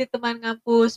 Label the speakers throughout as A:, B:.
A: di Teman Ngampus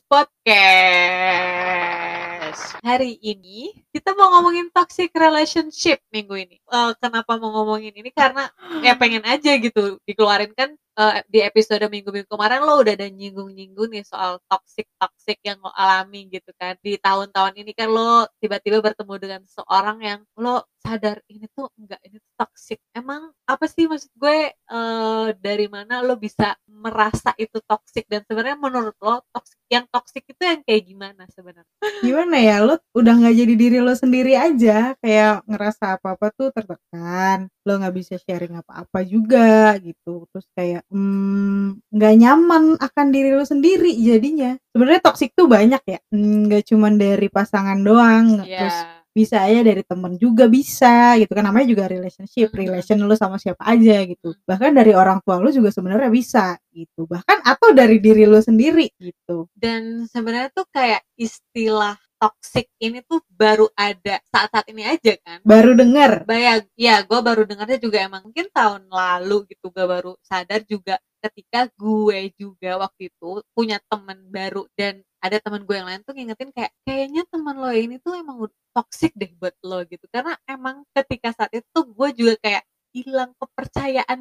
A: Podcast. Hari ini kita mau ngomongin toxic relationship minggu ini. Kenapa mau ngomongin ini? Karena pengen aja gitu dikeluarin kan. Di episode minggu-minggu kemarin lo udah ada nyinggung-nyinggung nih soal toxic yang lo alami gitu kan. Di tahun-tahun ini kan lo tiba-tiba bertemu dengan seseorang yang lo sadar ini tuh enggak, ini tuh toxic. Emang apa sih maksud gue, dari mana lo bisa merasa itu toxic, dan sebenarnya menurut lo toxic itu yang kayak gimana sebenarnya?
B: Gimana ya, lo udah nggak jadi diri lo sendiri aja, kayak ngerasa apa-apa tuh tertekan, lo nggak bisa sharing apa-apa juga gitu, terus kayak nggak nyaman akan diri lo sendiri jadinya. Sebenarnya toksik tuh banyak ya, nggak cuman dari pasangan doang, terus bisa aja dari temen juga bisa gitu kan, namanya juga relationship, relation lo sama siapa aja gitu. Bahkan dari orang tua lo juga sebenarnya bisa gitu, bahkan atau dari diri lo sendiri gitu.
A: Dan sebenarnya tuh kayak istilah toxic ini tuh baru ada saat-saat ini aja kan?
B: Baru dengar.
A: Ya, gue baru dengarnya juga emang mungkin tahun lalu gitu, gue baru sadar juga ketika gue juga waktu itu punya teman baru, dan ada teman gue yang lain tuh ngingetin kayak kayaknya teman lo ini tuh emang toxic deh buat lo gitu, karena emang ketika saat itu gue juga kayak hilang kepercayaan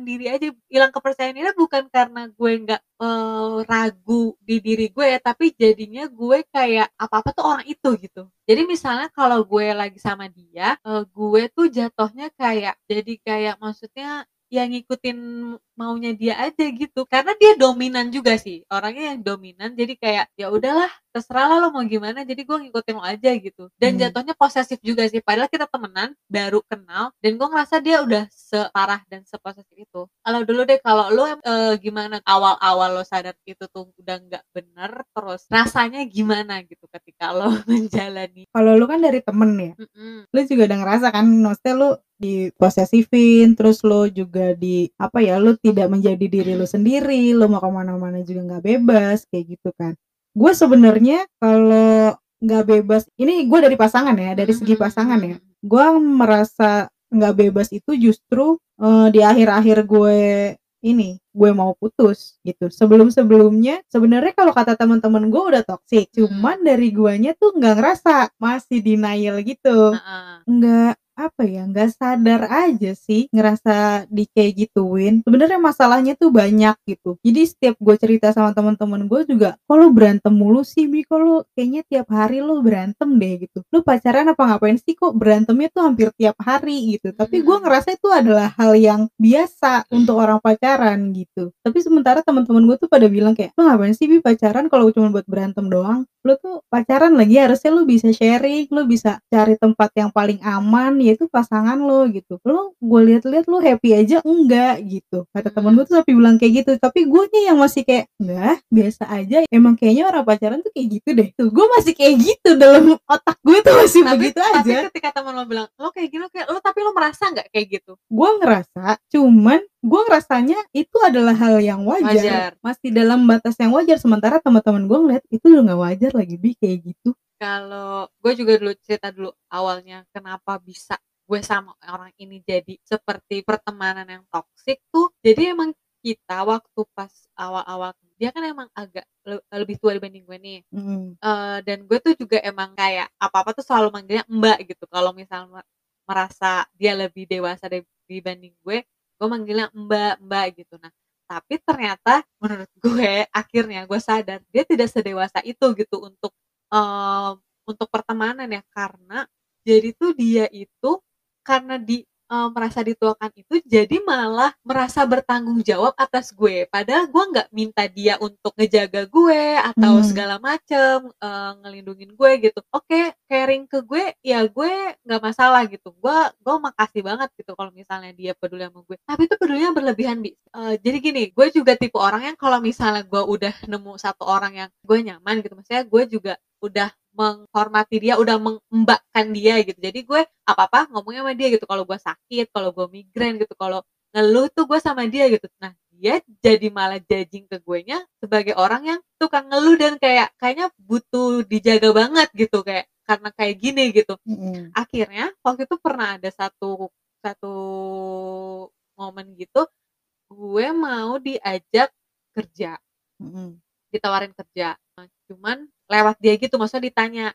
A: diri bukan karena gue nggak ragu di diri gue ya, tapi jadinya gue kayak apa-apa tuh orang itu gitu. Jadi misalnya kalau gue lagi sama dia, gue tuh jatuhnya kayak jadi kayak maksudnya ya ngikutin maunya dia aja gitu, karena dia dominan juga sih, orangnya yang dominan, jadi kayak ya udahlah terserah lah lo mau gimana, jadi gue ngikutin lo aja gitu. Dan jatuhnya posesif juga sih, padahal kita temenan baru kenal, dan gue ngerasa dia udah separah dan seposesif itu. Kalau dulu deh, kalau lo gimana awal-awal lo sadar itu tuh udah nggak bener, terus rasanya gimana gitu ketika lo menjalani?
B: Kalau lu kan dari temen ya, lu juga udah ngerasa kan, maksudnya lu diposesifin, terus lu juga lu tidak menjadi diri lu sendiri, lu mau kemana-mana juga nggak bebas, kayak gitu kan. Gue sebenarnya kalau nggak bebas, ini gue dari pasangan ya, dari segi pasangan ya, gue merasa nggak bebas itu justru di akhir-akhir gue mau putus gitu. Sebelumnya sebenarnya kalau kata teman-teman gue udah toksik, cuman dari guanya tuh nggak ngerasa, masih denial gitu. Nggak sadar aja sih ngerasa kayak gituin. Sebenarnya masalahnya tuh banyak gitu. Jadi setiap gue cerita sama teman-teman gue juga, kok lu berantem mulu sih Bi, kok lu kayaknya tiap hari lu berantem deh gitu. Lu pacaran apa ngapain sih kok berantemnya tuh hampir tiap hari gitu. Tapi gue ngerasa itu adalah hal yang biasa untuk orang pacaran gitu. Tapi sementara teman-teman gue tuh pada bilang kayak, lu ngapain sih Bi pacaran kalau cuma buat berantem doang? Lu tuh pacaran lagi harusnya lu bisa sharing, lu bisa cari tempat yang paling aman, yaitu pasangan lo gitu. Lu gue lihat-lihat lu happy aja enggak gitu. Kata temen gue tuh tapi bilang kayak gitu, tapi gue nya yang masih kayak enggak, biasa aja. Emang kayaknya orang pacaran tuh kayak gitu deh. Tuh gue masih kayak gitu, dalam otak gue tuh masih begitu aja.
A: Tapi ketika teman lo bilang lo kayak gini, kayak lo, tapi lo merasa nggak kayak gitu?
B: Gue ngerasa, cuman gue ngerasanya itu adalah hal yang wajar. Masih dalam batas yang wajar, sementara teman-teman gue ngeliat itu udah nggak wajar lagi Bi kayak gitu.
A: Kalau gue juga dulu cerita dulu awalnya kenapa bisa gue sama orang ini jadi seperti pertemanan yang toksik tuh. Jadi emang kita waktu pas awal-awal, dia kan emang agak lebih tua dibanding gue nih. Dan gue tuh juga emang kayak apa-apa tuh selalu manggilnya Mbak gitu. Kalau misalnya merasa dia lebih dewasa dibanding gue manggilnya Mbak gitu. Nah, tapi ternyata menurut gue akhirnya gue sadar dia tidak sedewasa itu gitu untuk pertemanan ya, karena jadi tuh dia itu karena merasa dituakan itu, jadi malah merasa bertanggung jawab atas gue, padahal gue nggak minta dia untuk ngejaga gue atau segala macem, ngelindungin gue gitu. Oke, caring ke gue ya gue nggak masalah gitu, gue makasih banget gitu kalau misalnya dia peduli sama gue, tapi itu pedulinya berlebihan jadi gini, gue juga tipe orang yang kalau misalnya gue udah nemu satu orang yang gue nyaman gitu, maksudnya gue juga udah menghormati dia, udah mengembakkan dia gitu. Jadi gue apa-apa ngomongnya sama dia gitu. Kalau gue sakit, kalau gue migrain gitu, kalau ngeluh tuh gue sama dia gitu. Nah, dia jadi malah judging ke guenya sebagai orang yang tukang ngeluh dan kayaknya butuh dijaga banget gitu, kayak karena kayak gini gitu. Akhirnya waktu itu pernah ada satu momen gitu, gue mau diajak kerja. ditawarin kerja, cuman lewat dia gitu, maksudnya ditanya,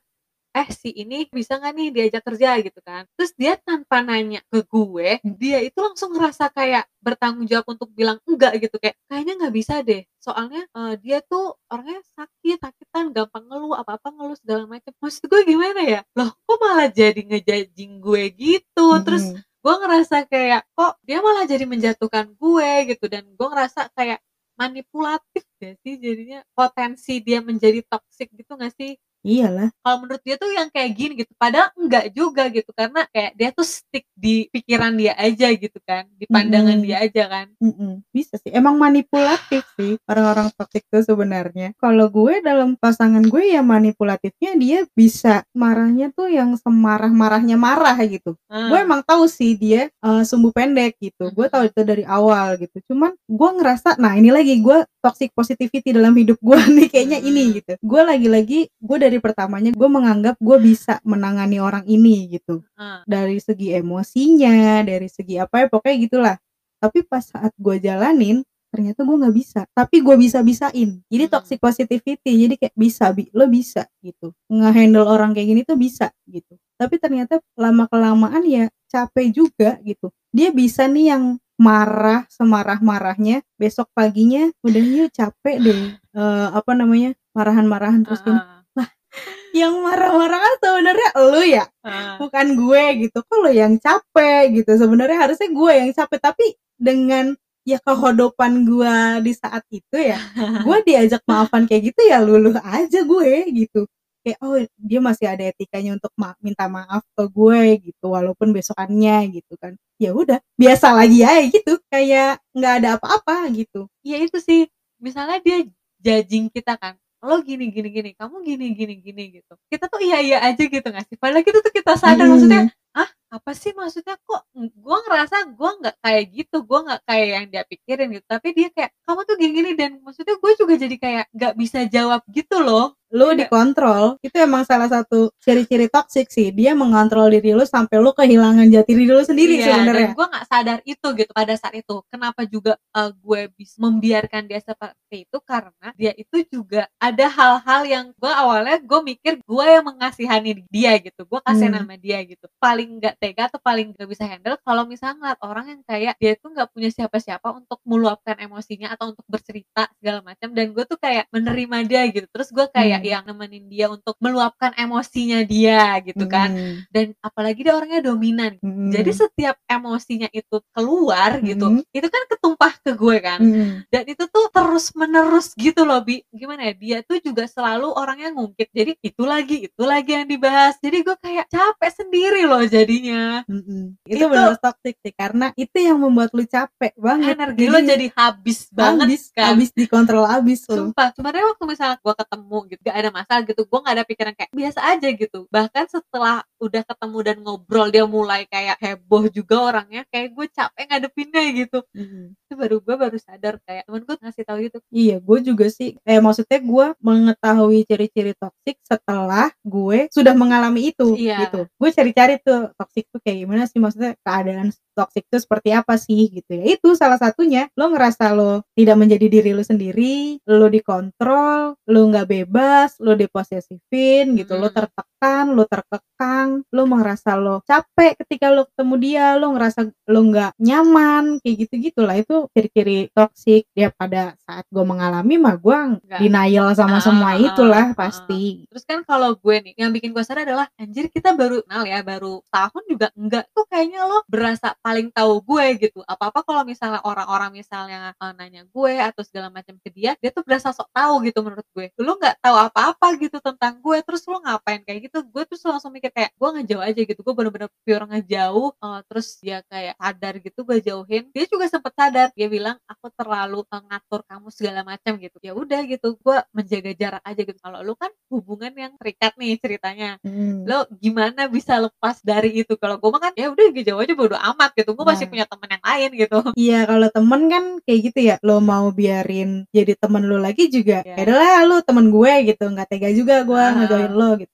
A: si ini bisa nggak nih diajak kerja gitu kan. Terus dia tanpa nanya ke gue, dia itu langsung ngerasa kayak bertanggung jawab untuk bilang enggak gitu, kayak, "Kayaknya nggak bisa deh, soalnya, dia tuh orangnya sakitan, gampang ngeluh, apa-apa ngeluh segala macam." Maksud gue gimana ya, loh kok malah jadi nge-judging gue gitu. Terus
B: Mhm.
A: gue ngerasa kayak, kok dia malah jadi menjatuhkan gue gitu, dan gue ngerasa kayak manipulatif gak sih jadinya, potensi dia menjadi toxic gitu gak sih?
B: Iyalah.
A: Kalau menurut dia tuh yang kayak gini gitu, padahal enggak juga gitu, karena kayak dia tuh stick di pikiran dia aja gitu kan, di pandangan
B: Mhm.
A: dia aja kan.
B: Bisa sih, emang manipulatif sih orang-orang toksik tuh sebenarnya. Kalau gue dalam pasangan gue ya manipulatifnya dia bisa marahnya tuh yang semarah-marahnya marah gitu. Gue
A: Heeh,
B: emang tahu sih dia, sumbu pendek gitu, gue tahu
A: mhm,
B: itu dari awal gitu. Cuman gue ngerasa nah ini lagi gue toxic positivity dalam hidup gue nih kayaknya ini
A: mhm,
B: gitu. Gue lagi-lagi gue dari pertamanya gue menganggap gue bisa menangani orang ini gitu.
A: heeh,
B: Dari segi emosinya, dari segi apa ya, pokoknya gitulah. Tapi pas saat gue jalanin, ternyata gue nggak bisa, tapi gue bisa-bisain. Jadi
A: mhm,
B: toxic positivity, jadi kayak bisa lo bisa gitu, nge-handle orang kayak gini tuh bisa gitu. Tapi ternyata lama-kelamaan ya capek juga gitu. Dia bisa nih yang marah semarah-marahnya, besok paginya, "Udah yuk capek deh," apa namanya, marahan-marahan terus gini.
A: heeh,
B: Lah, yang marah-marah kan sebenarnya elu ya,
A: heeh,
B: bukan gue gitu. Kok lo yang capek gitu, sebenarnya harusnya gue yang capek, tapi dengan ya kehodopan gue di saat itu ya, gue diajak maafan kayak gitu ya luluh aja gue gitu. Kayak, oh dia masih ada etikanya untuk minta maaf ke gue gitu, walaupun besokannya gitu kan. Ya udah, biasa lagi aja gitu, kayak nggak ada apa-apa gitu.
A: iya itu sih, misalnya dia judging kita kan, "Lo gini gini gini, kamu gini gini gini," gitu. Kita tuh iya-iya aja gitu nggak sih? Padahal kita tuh kita sadar maksudnya,
B: Mhm,
A: "Ah, apa sih maksudnya kok gua ngerasa gua nggak kayak gitu, gua nggak kayak yang dia pikirin," gitu. Tapi dia kayak, "Kamu tuh gini gini," dan maksudnya gue juga jadi kayak nggak bisa jawab gitu loh.
B: lu
A: Iya nggak?
B: dikontrol, itu emang salah satu ciri-ciri toksik sih, dia mengontrol diri lu sampai lu kehilangan jati diri lu sendiri
A: Iya, dan
B: sebenarnya.
A: gue nggak sadar itu gitu pada saat itu. Kenapa juga, gue membiarkan dia seperti itu, karena dia itu juga ada hal-hal yang gue awalnya gue mikir gue yang mengasihani dia gitu, gue kasihan
B: Mmm,
A: sama dia gitu. Paling nggak tega atau paling nggak bisa handle kalau misalnya ngeliat orang yang kayak dia tuh nggak punya siapa-siapa untuk meluapkan emosinya atau untuk bercerita segala macam, dan gue tuh kayak menerima dia gitu. Terus gue kayak
B: mmm,
A: yang nemenin dia untuk meluapkan emosinya dia gitu kan.
B: mhm,
A: Dan apalagi dia orangnya dominan. Jadi
B: mhm,
A: setiap emosinya itu keluar gitu,
B: mhm,
A: itu kan ketumpah ke gue kan,
B: mhm.
A: dan itu tuh terus-menerus gitu loh, gimana ya, dia tuh juga selalu orangnya ngungkit, jadi itu lagi yang dibahas, jadi gue kayak capek sendiri loh jadinya.
B: Itu
A: Itu
B: bener toxic sih, karena itu yang membuat lu capek banget,
A: energi lo
B: jadi
A: jadi habis banget
B: habis
A: kan.
B: habis dikontrol abis lu.
A: Sumpah, sebenarnya waktu misalnya gue ketemu gitu, gak ada masalah gitu, gue gak ada pikiran kayak biasa aja gitu. Bahkan setelah udah ketemu dan ngobrol, dia mulai kayak heboh juga orangnya, kayak gue capek ngadepinnya gitu.
B: Mhm.
A: Itu gue baru sadar, kayak temen gue ngasih tahu gitu.
B: Iya, gue juga sih, maksudnya gue mengetahui ciri-ciri toksik setelah gue sudah mengalami itu, gitu.
A: Iya,
B: Gue cari-cari tuh toksik tuh kayak gimana sih, maksudnya keadaan toksik tuh seperti apa sih, gitu ya. Itu salah satunya, lo ngerasa lo tidak menjadi diri lo sendiri, lo dikontrol, lo nggak bebas, lo diposesifin gitu, lo
A: mhm,
B: tertekan, lo terkekang, lo merasa lo capek ketika lo ketemu dia, lo ngerasa lo nggak nyaman, kayak gitu-gitulah. Itu ciri-ciri toksik. Ya pada saat gue mengalami mah gue
A: nggak
B: denial sama
A: heeh,
B: semua
A: heeh,
B: itulah
A: heeh.
B: pasti.
A: Terus kan kalau gue nih, yang bikin gue sadar adalah, anjir kita baru kenal ya, baru tahun juga enggak, tuh kayaknya lo berasa paling tahu gue gitu. Apa-apa kalau misalnya orang-orang misalnya, nanya gue atau segala macam ke dia tuh berasa sok tahu gitu menurut gue. Lu nggak tahu apa-apa gitu tentang gue, terus lu ngapain kayak gitu. Gue tuh langsung mikir kayak, gue ngejauh aja gitu, gue bener-bener pure ngejauh, terus dia kayak sadar gitu, gue jauhin. Dia juga sempet sadar, dia bilang, "Aku terlalu, ngatur kamu segala macam," gitu. Ya udah gitu, gue menjaga jarak aja gitu. Kalau lu kan hubungan yang terikat nih ceritanya,
B: Mhm.
A: lo gimana bisa lepas dari itu? Kalau gue mah kan ya udah jauh aja bodo amat gitu, gue masih
B: Nah,
A: punya temen yang lain gitu.
B: iya, kalau temen kan kayak gitu ya, lo mau biarin jadi temen lo lagi juga, ya
A: Ya,
B: udahlah lu temen gue gitu, nggak tega juga gue
A: heeh
B: ngejauhin
A: heeh.
B: lo gitu, misalkan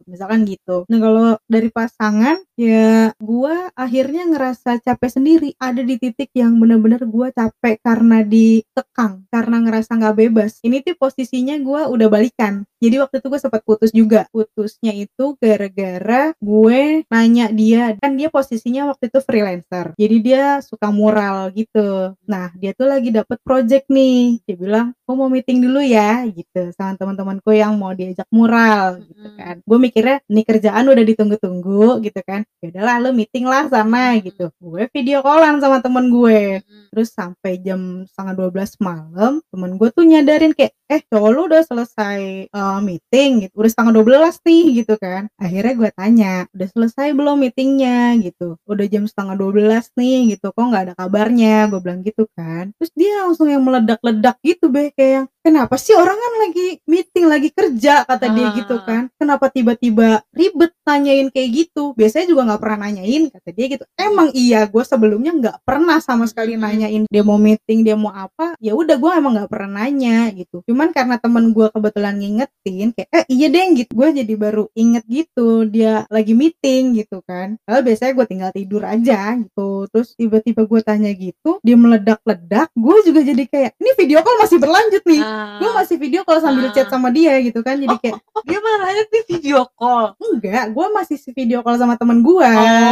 B: gitu. Nah kalau dari pasangan ya gue akhirnya ngerasa capek sendiri, ada di titik yang bener-bener gue capek karena dikekang, karena ngerasa nggak bebas. Ini tuh posisinya gue udah balikan, jadi waktu itu gue sempat putus juga. Putusnya itu gara-gara gue nanya dia, kan dia posisinya waktu itu freelancer, jadi dia suka mural gitu. Nah dia tuh lagi dapet project nih, dia bilang gue mau meeting dulu ya gitu sama teman-temanku yang mau diajak mural gitu kan. Gue mikirnya ini kerjaan udah ditunggu-tunggu gitu kan, ya udahlah lu meeting lah sana gitu. Gue video callan sama temen gue, terus sampai jam setengah 12 malam temen gue tuh nyadarin kayak cowok lu udah selesai meeting gitu, udah setengah 12 nih gitu kan. Akhirnya gue tanya, udah selesai belum meetingnya gitu, udah jam setengah 12 nih gitu, kok nggak ada kabarnya, gue bilang gitu kan. Terus dia langsung yang meledak-ledak gitu kayak yang kenapa sih, orang kan lagi meeting, lagi kerja, kata dia gitu kan, kenapa tiba-tiba ribet nanyain kayak gitu, biasanya juga nggak pernah nanyain, kata dia gitu. Emang iya, gue sebelumnya nggak pernah sama sekali nanyain dia mau meeting, dia mau apa, ya udah gue emang nggak pernah nanya gitu. Cuman karena temen gue kebetulan ngingetin kayak iya deh gitu, gue jadi baru inget gitu dia lagi meeting gitu kan. Kalau biasanya gue tinggal tidur aja gitu. Terus tiba-tiba gue tanya gitu, dia meledak-ledak, gue juga jadi kayak ini video call masih berlanjut nih, gue masih video call sambil chat sama dia gitu kan. Jadi kayak
A: dia marahnya di video call?
B: Enggak, gue masih video call sama temen gue,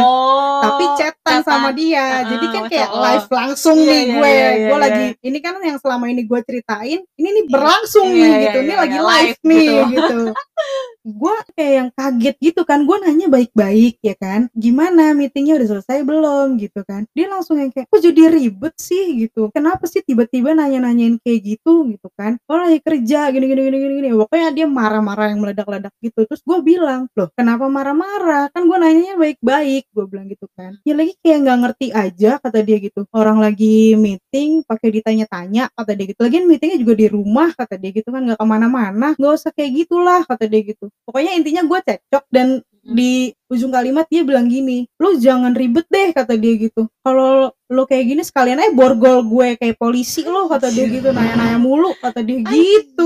B: tapi chatan sama dia. Jadi kan kayak live langsung nih gue lagi ini kan yang selama ini gue ceritain ini nih berlangsung nih gitu, ini lagi live nih gitu. Gue kayak yang kaget gitu kan, gue nanya baik-baik ya kan, gimana meetingnya udah selesai belum gitu kan. Dia langsung yang kayak kok jadi ribet sih gitu, kenapa sih tiba-tiba nanya-nanyain kayak gitu gitu kan, oh lagi kerja gini. Pokoknya dia marah-marah yang meledak-ledak gitu. Terus gue bilang, loh kenapa marah-marah, kan gue nanyanya baik-baik, gue bilang gitu kan. Ya lagi kayak nggak ngerti aja, kata dia gitu, orang lagi meeting pakai ditanya-tanya, kata dia gitu. Lagian meetingnya juga di rumah, kata dia gitu kan, nggak kemana-mana, nggak usah kayak gitulah, kata dia gitu. Pokoknya intinya gue cekcok, dan di ujung kalimat dia bilang gini, lu jangan ribet deh, kata dia gitu. Kalau lu kayak gini sekalian aja borgol gue kayak polisi lo, kata dia gitu, nanya-nanya mulu, kata dia gitu.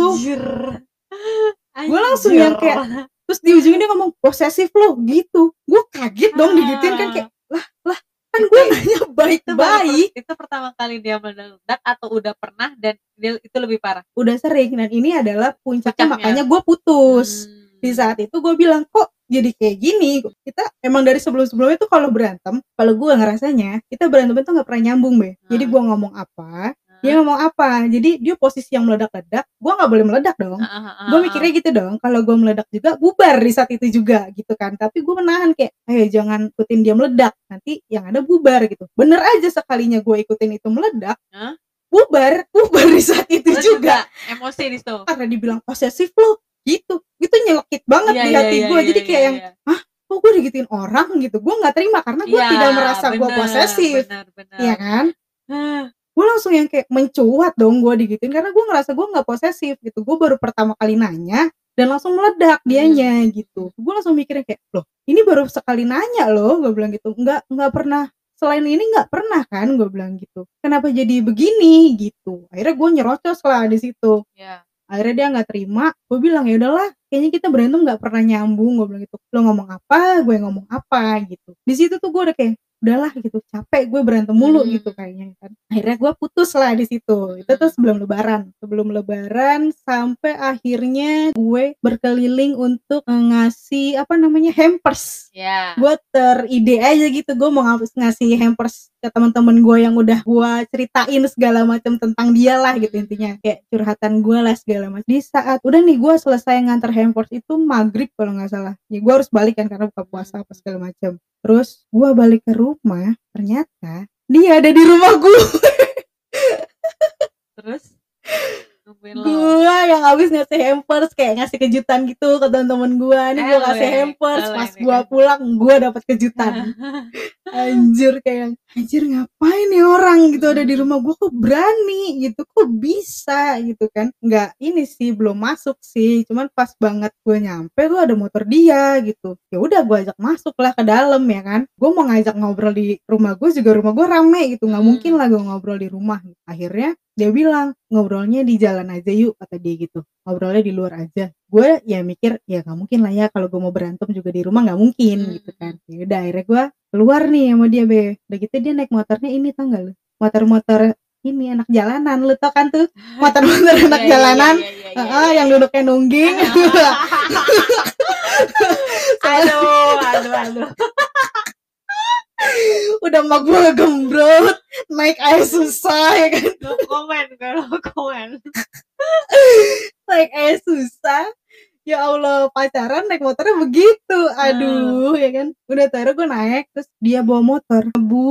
B: Gue langsung yang kayak, terus di ujungnya dia ngomong posesif lo gitu. Gue kaget dong digituin kan, kayak lah kan gue nanya baik-baik.
A: Itu pertama kali dia meledak atau udah pernah dan dia itu lebih parah?
B: Udah sering, dan ini adalah puncaknya. Makanya gue putus. Di saat itu gue bilang, kok jadi kayak gini. Kita emang dari sebelum-sebelumnya tuh kalau berantem, kalau gue ngerasanya kita berantem itu nggak pernah nyambung Jadi gue ngomong apa, dia ngomong apa, jadi dia posisi yang meledak-ledak, gue nggak boleh meledak dong. Gue mikirnya gitu dong, kalau gue meledak juga bubar di saat itu juga gitu kan. Tapi gue menahan kayak jangan ikutin dia meledak, nanti yang ada bubar gitu. Bener aja sekalinya gue ikutin itu meledak, bubar di saat itu juga.
A: Emosi di situ
B: karena dibilang posesif lo gitu, itu nyelekit banget di hati gue. Jadi kayak yang kok gue digituin orang gitu. Gue nggak terima karena gue tidak merasa gue posesif, ya kan. Gue langsung yang kayak mencuat dong gue digituin, karena gue ngerasa gue nggak posesif gitu. Gue baru pertama kali nanya dan langsung meledak dianya gitu. Gue langsung mikirnya kayak, loh ini baru sekali nanya loh, gue bilang gitu. Nggak pernah, selain ini nggak pernah kan, gue bilang gitu. Kenapa jadi begini gitu. Akhirnya gue nyerocos lah di situ. Akhirnya dia nggak terima. Gue bilang ya udahlah, kayaknya kita berantem nggak pernah nyambung, gue bilang gitu. Lo ngomong apa, gue ngomong apa gitu. Di situ tuh gue udah kayak udahlah gitu, capek gue berantem mulu gitu kayaknya kan. Akhirnya gue putus lah di situ. Itu tuh sebelum lebaran sampai akhirnya gue berkeliling untuk ngasih hampers. Gue teride aja gitu, gue mau ngasih hampers ke teman-teman gue yang udah gue ceritain segala macam tentang dia lah gitu, intinya kayak curhatan gue lah segala macam. Di saat udah nih gue selesai nganter hampers itu maghrib kalau nggak salah, ya gue harus balik kan karena buka puasa apa segala macam. Terus gue balik ke rumah, ternyata dia ada di rumah gue.
A: Terus
B: gue yang habis ngasih hampers, kayak ngasih kejutan gitu ke teman-teman gue. Nih gue kasih hampers, pas gue pulang gue dapet kejutan. Anjir, kayak anjir ngapain nih orang gitu ada di rumah gue, kok berani gitu, kok bisa gitu kan. Nggak ini sih, belum masuk sih, cuman pas banget gue nyampe tuh ada motor dia gitu. Ya udah gue ajak masuk lah ke dalam ya kan. Gue mau ngajak ngobrol di rumah gue juga, rumah gue rame gitu, nggak mungkin lah gue ngobrol di rumah. Akhirnya dia bilang ngobrolnya di jalan aja yuk, kata dia gitu. ngobrolnya di luar aja. Gue ya mikir, ya nggak mungkin lah ya kalau gue mau berantem juga di rumah nggak mungkin gitu kan. Ya udah akhirnya gue keluar nih sama dia udah gitu dia naik motornya ini tau gak lu, motor-motor ini anak jalanan, lu tau kan tuh motor-motor anak jalanan, yang duduknya nungging.
A: aduh
B: udah mak gue gembrot naik air susah ya kan,
A: no komen
B: naik air susah. Ya Allah, pacaran naik motornya begitu. Aduh, ya kan. Udah taruh gue naik, terus dia bawa motor.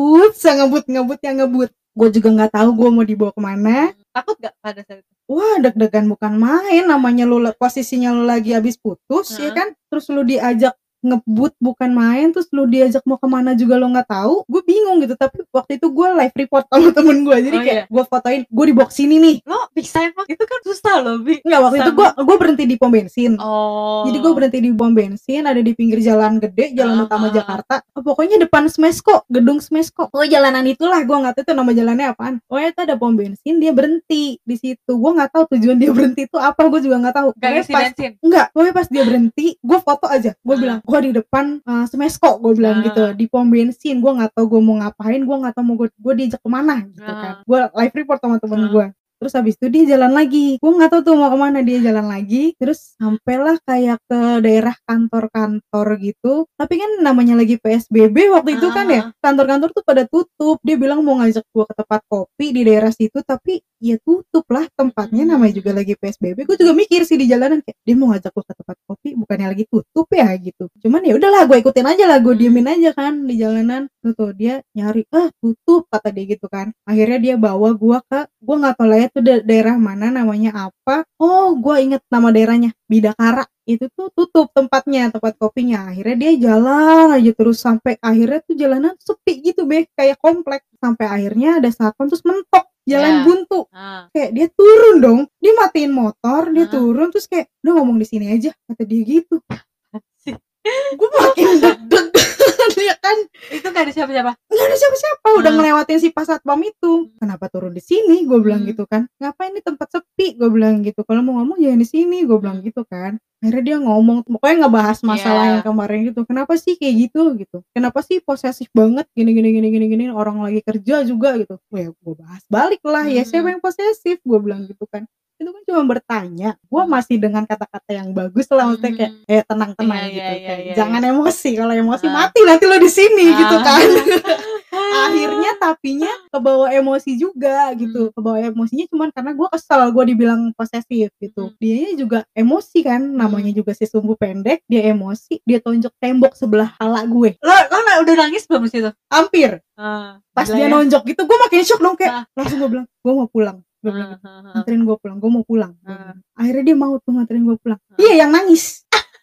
B: Ngebut. Gue juga nggak tahu gue mau dibawa kemana.
A: Takut gak pada saat itu?
B: Wah, deg-degan bukan main. Namanya lu posisinya lu lagi habis putus, ya kan. Terus lu diajak ngebut bukan main, terus lu diajak mau kemana juga lo nggak tahu. Gue bingung gitu. Tapi waktu itu gue live report sama temen gue, jadi kayak gue fotoin gue di box sini nih.
A: Lo bisa emang itu kan susah loh, Bi.
B: Nggak, waktu itu gue berhenti di pom bensin. Jadi gue
A: Oh.
B: berhenti di pom bensin, ada di pinggir jalan gede, jalan utama Jakarta. Pokoknya depan Smesco, gedung Smesco. Oh, jalanan itulah, gue nggak tahu itu nama jalannya apaan. Pokoknya itu ada pom bensin, dia berhenti di situ. Gue nggak tahu tujuan dia berhenti itu apa, gue juga nggak tahu.
A: Gak ngisi bensin?
B: Enggak, pokoknya pas dia berhenti, gue foto aja. Gue bilang, gue di depan Smesco, gue bilang gitu, di pom bensin. Gue nggak tahu gue mau ngapain, gue nggak tahu mau gue diajak kemana gitu kan. Gue live report sama temen gue. Terus habis itu dia jalan lagi. Gue nggak tahu tuh mau kemana, dia jalan lagi. Terus sampailah kayak ke daerah kantor-kantor gitu. Tapi kan namanya lagi PSBB waktu itu kan ya. Kantor-kantor tuh pada tutup. Dia bilang mau ngajak gue ke tempat kopi di daerah situ, tapi ya tutup lah tempatnya, namanya juga lagi PSBB. Gue juga mikir sih di jalanan kayak dia mau ngajak gue ke tempat kopi, bukannya lagi tutup ya gitu. Cuman ya udahlah, gue ikutin aja lah, gue diemin aja kan di jalanan. Tuh dia nyari, tutup kata dia gitu kan. Akhirnya dia bawa gue ke, gue nggak tahu lah itu daerah mana, namanya apa. Oh, gue inget nama daerahnya, Bidakara. Itu tuh tutup tempatnya, tempat kopinya. Akhirnya dia jalan aja terus sampai akhirnya tuh jalanan sepi gitu kayak komplek. Sampai akhirnya ada satpam terus mentok jalan buntu. Kayak dia turun dong, dia matiin motor, dia turun terus kayak udah ngomong di sini aja kata dia gitu. Gue makin deg-degan ya kan.
A: Itu gak ada siapa-siapa?
B: Gak ada siapa-siapa, udah ngelewatin si pas satpam itu. Kenapa turun di sini? Gue bilang gitu kan. Ngapain ini tempat sepi? Gue bilang gitu. Kalau mau ngomong jangan di sini, gue bilang gitu kan. Akhirnya dia ngomong, pokoknya ngebahas masalah yang kemarin gitu. Kenapa sih kayak gitu? Kenapa sih posesif banget gini orang lagi kerja juga gitu. Ya gue bahas balik lah, ya siapa yang posesif? Gue bilang gitu kan. Itu kan cuma bertanya. Gue masih dengan kata-kata yang bagus lah, maksudnya kayak tenang-tenang gitu kan. Jangan emosi, kalau emosi mati nanti lo di sini gitu kan. Akhirnya tapinya kebawa emosi juga gitu. Kebawa emosinya cuman karena gue kesel, gue dibilang posesif gitu. Dianya juga emosi kan, namanya juga si sumbu pendek, dia emosi, dia tonjok tembok sebelah kepala gue.
A: Lo udah nangis belum situ?
B: Hampir. Pas dia nonjok gitu, gue makin shock dong, kayak langsung gue bilang, gue mau pulang. Gue bilang gitu, nganterin gue pulang, gue mau pulang. Akhirnya dia mau tuh nganterin gue pulang. Dia yang nangis.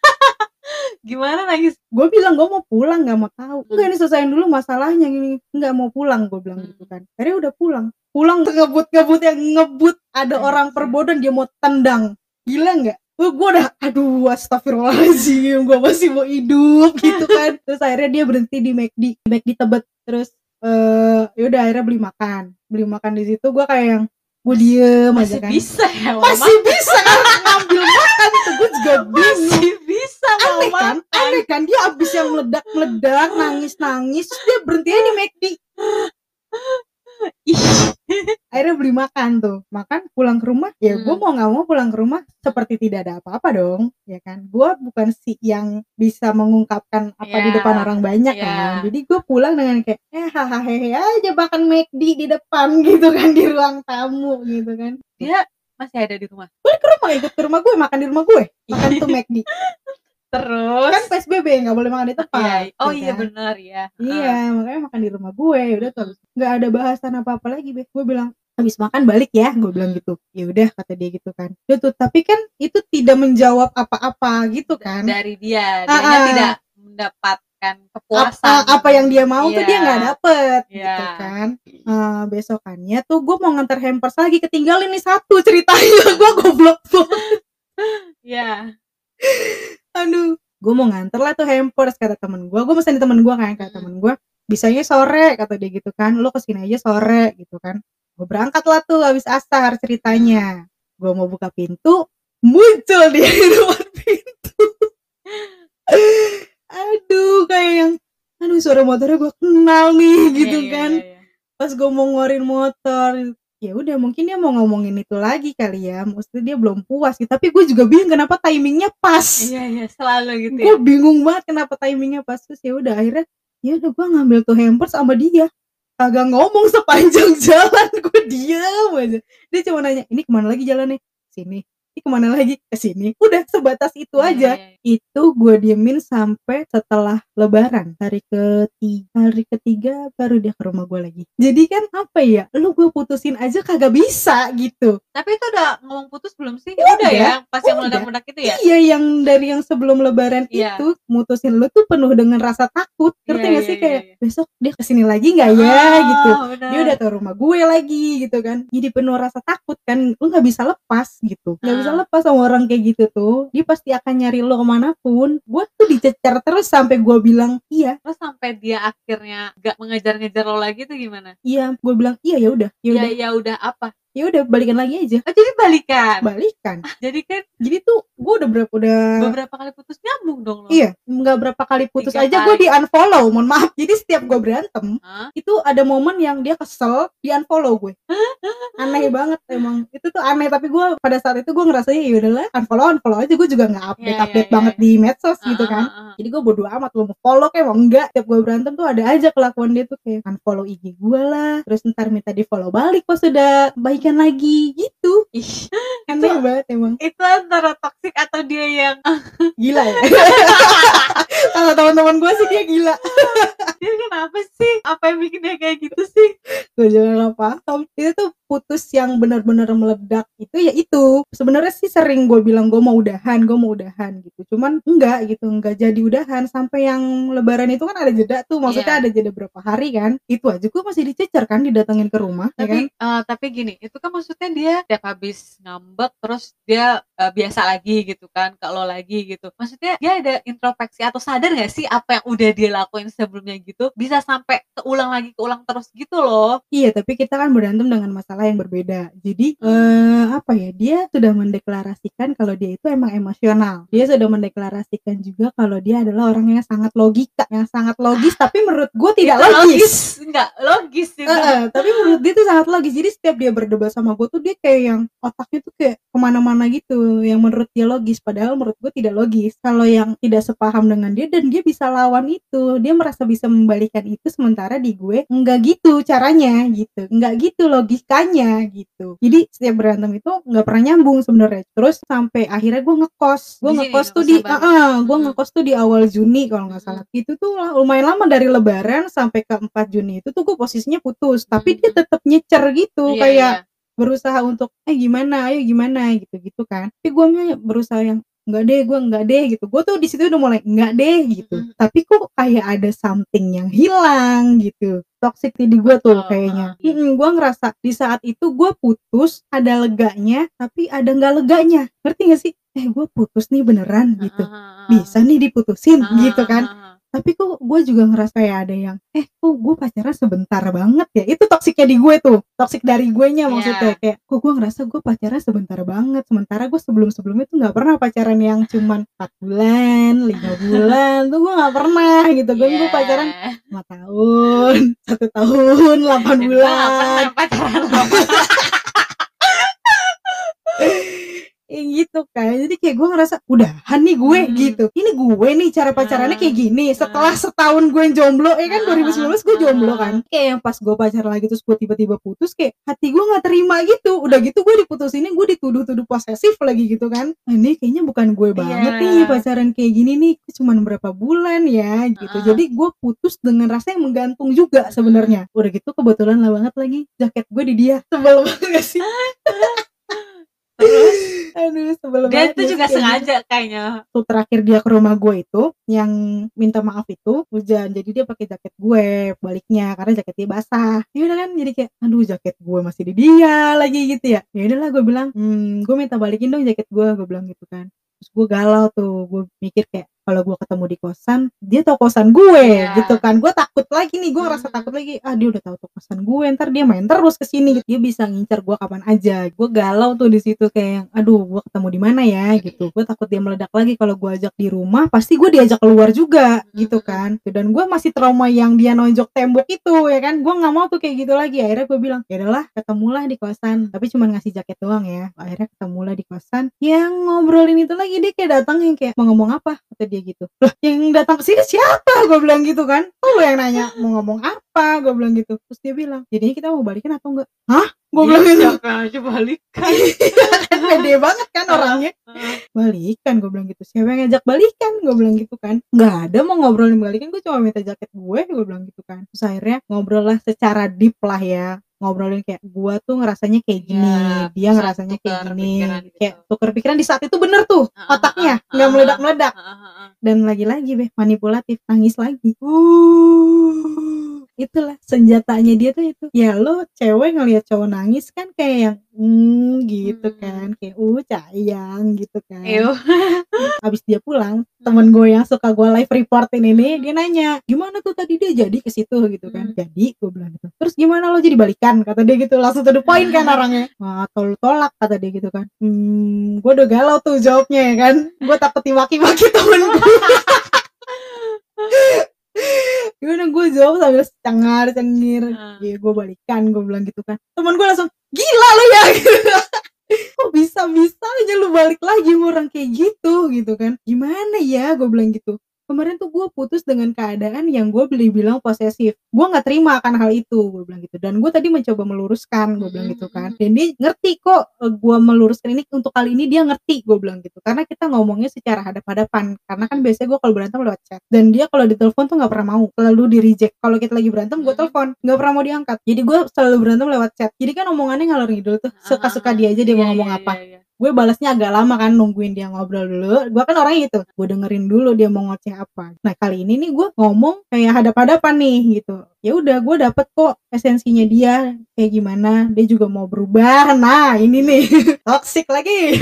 A: Gimana nangis?
B: Gue bilang gue mau pulang, gak mau tahu. Enggak, ini selesaiin dulu masalahnya gini. Enggak mau pulang, gue bilang gitu kan. Akhirnya udah pulang tuh ngebut yang ngebut. Ada orang perbodan, dia mau tendang. Gila gak? Gue udah aduh astagfirullahaladzim, gue masih mau hidup gitu kan. Terus akhirnya dia berhenti di McD Tebet. Terus yaudah akhirnya beli makan di situ. Gue kayak yang gue diem aja kan. Masih bisa kan ngambil makan tuh. Gue juga bingung.
A: Masih bisa
B: aneh kan dia abis yang meledak nangis dia berhenti aja di McD. Akhirnya beli makan pulang ke rumah. Ya gue mau nggak mau pulang ke rumah seperti tidak ada apa-apa dong, ya kan. Gue bukan si yang bisa mengungkapkan apa di depan orang banyak kan. Jadi gue pulang dengan kayak hahaha aja makan McD di depan gitu kan, di ruang tamu gitu kan.
A: Dia masih ada di rumah?
B: Gue ke rumah, ikut ke rumah gue, makan di rumah gue, makan tuh McD.
A: Terus
B: kan PSBB nggak boleh makan di tempat.
A: Iya benar ya.
B: Iya, makanya makan di rumah gue. Udah tuh nggak ada bahasan apa-apa lagi. Gue bilang habis makan balik ya, gue bilang gitu. Ya udah kata dia gitu kan. Udah tuh, tapi kan itu tidak menjawab apa-apa gitu kan.
A: Dari dia tidak mendapatkan kepuasan.
B: Apa yang dia mau tuh dia nggak dapet gitu kan. Besokannya tuh gue mau nganter hampers lagi, ketinggalin nih satu ceritanya. Gue goblok banget.
A: Iya.
B: Aduh, gue mau nganter lah tuh hampers, kata temen gue mesen di temen gue kan, kata temen gue bisanya sore, kata dia gitu kan, lo kesini aja sore gitu kan. Gue berangkat lah tuh habis asar ceritanya. Gue mau buka pintu, muncul dia di depan pintu. Aduh, kayak yang aduh suara motornya gue kenal nih gitu kan. Pas gue mau ngeluarin motor, ya udah mungkin dia mau ngomongin itu lagi kali ya, maksudnya dia belum puas gitu. Tapi gue juga bingung kenapa timingnya pas.
A: Iya selalu gitu.
B: Gue bingung banget kenapa timingnya pas. Terus ya udah akhirnya ya udah gue ngambil tuh hampers sama dia, kagak ngomong sepanjang jalan. Gue diam aja. Dia cuma nanya, ini kemana lagi jalannya? Sini. Ini kemana lagi? Ke sini. Udah sebatas itu aja. Itu gue diemin sampai setelah lebaran, hari ketiga baru dia ke rumah gue lagi. Jadi kan apa ya, lu gue putusin aja kagak bisa gitu.
A: Tapi itu udah ngomong putus belum sih? Udah ya, pas yang meledak-meledak itu ya?
B: Iya, yang dari yang sebelum lebaran itu mutusin lu tuh penuh dengan rasa takut. Ngerti gak sih, kayak besok dia kesini lagi gak ya gitu. Dia udah ke rumah gue lagi gitu kan. Jadi penuh rasa takut kan, lu gak bisa lepas gitu. Gak bisa lepas sama orang kayak gitu tuh. Dia pasti akan nyari lu kemanapun. Gue tuh dicecer terus sampai gue bilang iya.
A: Terus sampai dia akhirnya gak mengejar-ngejar lo lagi tuh gimana?
B: Iya, gue bilang iya ya udah.
A: Ya udah apa?
B: Ya udah balikan lagi aja.
A: Oh, jadi balikan.
B: Jadi tuh gue udah
A: beberapa kali putus nyambung dong lo.
B: Iya, nggak berapa kali putus 3 aja gue di unfollow, mohon maaf. Jadi setiap gue berantem itu ada momen yang dia kesel di unfollow gue. Aneh banget emang. Itu tuh aneh, tapi gue pada saat itu gue ngerasanya ya udahlah, unfollow aja. Gue juga nggak update banget di medsos gitu kan. Jadi gue bodo amat, lo mau follow kayak mau enggak. Setiap gue berantem tuh ada aja kelakuan dia tuh, kayak unfollow IG gue lah, terus ntar minta di follow balik pas sudah baikan lagi gitu. Aneh banget emang.
A: Itu antara toksik atau dia yang
B: gila ya. Kalau teman-teman gue sih dia gila.
A: Dia kenapa sih? Apa yang bikin dia kayak gitu sih?
B: Gue juga gak paham. Itu tuh putus yang benar-benar meledak itu ya itu. Sebenarnya sih sering gue bilang gue mau udahan gitu. Cuman enggak jadi udahan. Sampai yang lebaran itu kan ada jeda tuh. Maksudnya ada jeda berapa hari kan. Itu aja gue masih dicecer kan, didatengin ke rumah.
A: Tapi,
B: ya kan?
A: Tapi gini, itu kan maksudnya dia tiap habis ngambek terus dia biasa lagi gitu kan, kalau lagi gitu. Maksudnya dia ada introspeksi atau sadar gak sih apa yang udah dia lakuin sebelumnya gitu bisa sampai keulang terus gitu loh.
B: Iya, tapi kita kan berantem dengan masalah yang berbeda. Jadi apa ya, dia sudah mendeklarasikan kalau dia itu emang emosional. Dia sudah mendeklarasikan juga kalau dia adalah orang yang sangat logika, yang sangat logis, tapi menurut gue tidak logis.
A: Enggak logis itu.
B: Tapi menurut dia tuh sangat logis. Jadi setiap dia berdebat sama gue tuh dia kayak yang otaknya tuh kayak kemana-mana gitu, yang menurut dia logis, padahal menurut gue tidak logis. Kalau yang tidak sepaham dengan dia dan dia bisa lawan itu, dia merasa bisa membalikan itu, sementara di gue enggak gitu caranya gitu, enggak gitu logikanya gitu. Jadi setiap berantem itu enggak pernah nyambung sebenarnya. Terus sampai akhirnya gue ngekos tuh di awal Juni kalau nggak salah. Itu tuh lumayan lama, dari lebaran sampai ke 4 Juni itu tuh gue posisinya putus, tapi dia tetap nyecer gitu, kayak berusaha untuk gimana, ayo gimana gitu kan. Tapi gue berusaha yang enggak deh gitu. Gue tuh di situ udah mulai enggak deh gitu. Tapi kok kayak ada something yang hilang gitu. Toxic di gue tuh kayaknya. Gue ngerasa di saat itu gue putus ada leganya, tapi ada nggak leganya. Ngerti gak sih? Gue putus nih beneran gitu. Bisa nih diputusin gitu kan. Tapi kok gue juga ngerasa kayak ada yang kok gue pacaran sebentar banget ya. Itu toksiknya di gue tuh, toksik dari gue nya maksudnya. Kayak kok gue ngerasa gue pacaran sebentar banget, sementara gue sebelumnya tuh gak pernah pacaran yang cuman 4 bulan 5 bulan tuh gue gak pernah gitu. Gue pacaran 5 tahun 1 tahun 8 bulan
A: pacaran
B: gitu kan. Jadi kayak gue ngerasa udahan nih gue gitu. Ini gue nih cara pacarannya kayak gini. Setelah setahun gue jomblo, kan 2019 gue jomblo kan. Kayak yang pas gue pacaran lagi terus gue tiba-tiba putus, kayak hati gue gak terima gitu. Udah gitu gue diputusin, gue dituduh posesif lagi gitu kan. Ini kayaknya bukan gue banget nih pacaran kayak gini nih. Cuman berapa bulan ya gitu. Jadi gue putus dengan rasa yang menggantung juga sebenarnya. Udah gitu kebetulan lah banget lagi jaket gue di dia. Sebel banget gak sih?
A: Terus
B: sebelum
A: dia itu juga sengaja kayaknya.
B: Tuh terakhir dia ke rumah gue itu yang minta maaf itu hujan, jadi dia pakai jaket gue baliknya karena jaketnya basah. Ya udah kan, jadi kayak aduh jaket gue masih di dia lagi gitu ya. Ya udahlah gue bilang gue minta balikin dong jaket gue bilang gitu kan. Terus gue galau tuh, gue mikir kayak kalau gue ketemu di kosan, dia tahu kosan gue gitu
A: Iya.
B: kan. Gue takut lagi nih, gue ngerasa takut lagi, dia udah tahu kosan gue, ntar dia main terus ke sini gitu. Dia bisa ngincer gue kapan aja. Gue galau tuh di situ kayak yang, aduh gue ketemu di mana ya gitu. Gue takut dia meledak lagi. Kalau gue ajak di rumah pasti gue diajak keluar juga gitu kan. Dan gue masih trauma yang dia nonjok tembok itu ya kan. Gue nggak mau tuh kayak gitu lagi. Akhirnya gue bilang, ya udahlah ketemulah di kosan, tapi cuma ngasih jaket doang ya. Akhirnya ketemulah di kosan, yang ngobrolin itu lagi. Dia kayak datang yang kayak, mau ngomong apa, kata dia gitu. Loh, yang datang ke sini siapa, gue bilang gitu kan. Oh, lu yang nanya mau ngomong apa, gue bilang gitu. Terus dia bilang, jadinya kita mau balikan atau enggak? Hah, gue bilang gitu.
A: Aja balikan.
B: Kan pede banget kan orangnya. Balikan, gue bilang gitu. Siapa yang ngajak balikan, gue bilang gitu kan. Nggak ada mau ngobrolin balikan, gue cuma minta jaket gue bilang gitu kan. Terus akhirnya ngobrol lah secara deep lah ya, ngobrolin kayak gue tuh ngerasanya kayak gini, dia ngerasanya kayak gini, kayak tuker pikiran di saat itu bener tuh otaknya nggak meledak-meledak. Dan lagi-lagi manipulatif, nangis lagi. Itulah senjatanya dia tuh itu. Ya lo cewek ngelihat cowok nangis kan kayak yang gitu kan, kayak sayang gitu kan. Abis dia pulang, temen gue yang suka gue live reportin ini, dia nanya, gimana tuh tadi dia jadi ke situ gitu kan. Jadi gue bilang gitu. Terus gimana lo jadi balikan, kata dia gitu. Langsung to the point kan orangnya. Wah, tolak kata dia gitu kan. Gue udah galau tuh jawabnya ya kan. Gue takut dimaki-maki temen gue. Gimana gue jawab sambil cengar-cengir, ya gue balikan, gue bilang gitu kan. Temen gue langsung, gila lo ya gitu. Kok bisa aja lu balik lagi sama orang kayak gitu kan. Gimana ya, gue bilang gitu. Kemarin tuh gue putus dengan keadaan yang gue bilang posesif. Gue gak terima akan hal itu, gue bilang gitu. Dan gue tadi mencoba meluruskan, gue bilang gitu kan. Dan dia ngerti kok, gue meluruskan ini untuk kali ini dia ngerti, gue bilang gitu. Karena kita ngomongnya secara hadap-hadapan. Karena kan biasanya gue kalau berantem lewat chat. Dan dia kalau ditelepon tuh gak pernah mau, selalu di reject. Kalau kita lagi berantem gue telepon, gak pernah mau diangkat. Jadi gue selalu berantem lewat chat. Jadi kan omongannya ngalor ngidul tuh, suka-suka dia aja dia mau ngomong apa. Gue balasnya agak lama kan, nungguin dia ngobrol dulu. Gue kan orangnya gitu, gue dengerin dulu dia mau ngoceh apa. Nah kali ini nih gue ngomong kayak hadap-hadapan nih gitu. Ya udah, gue dapet kok esensinya dia kayak gimana. Dia juga mau berubah. Nah ini nih toxic lagi.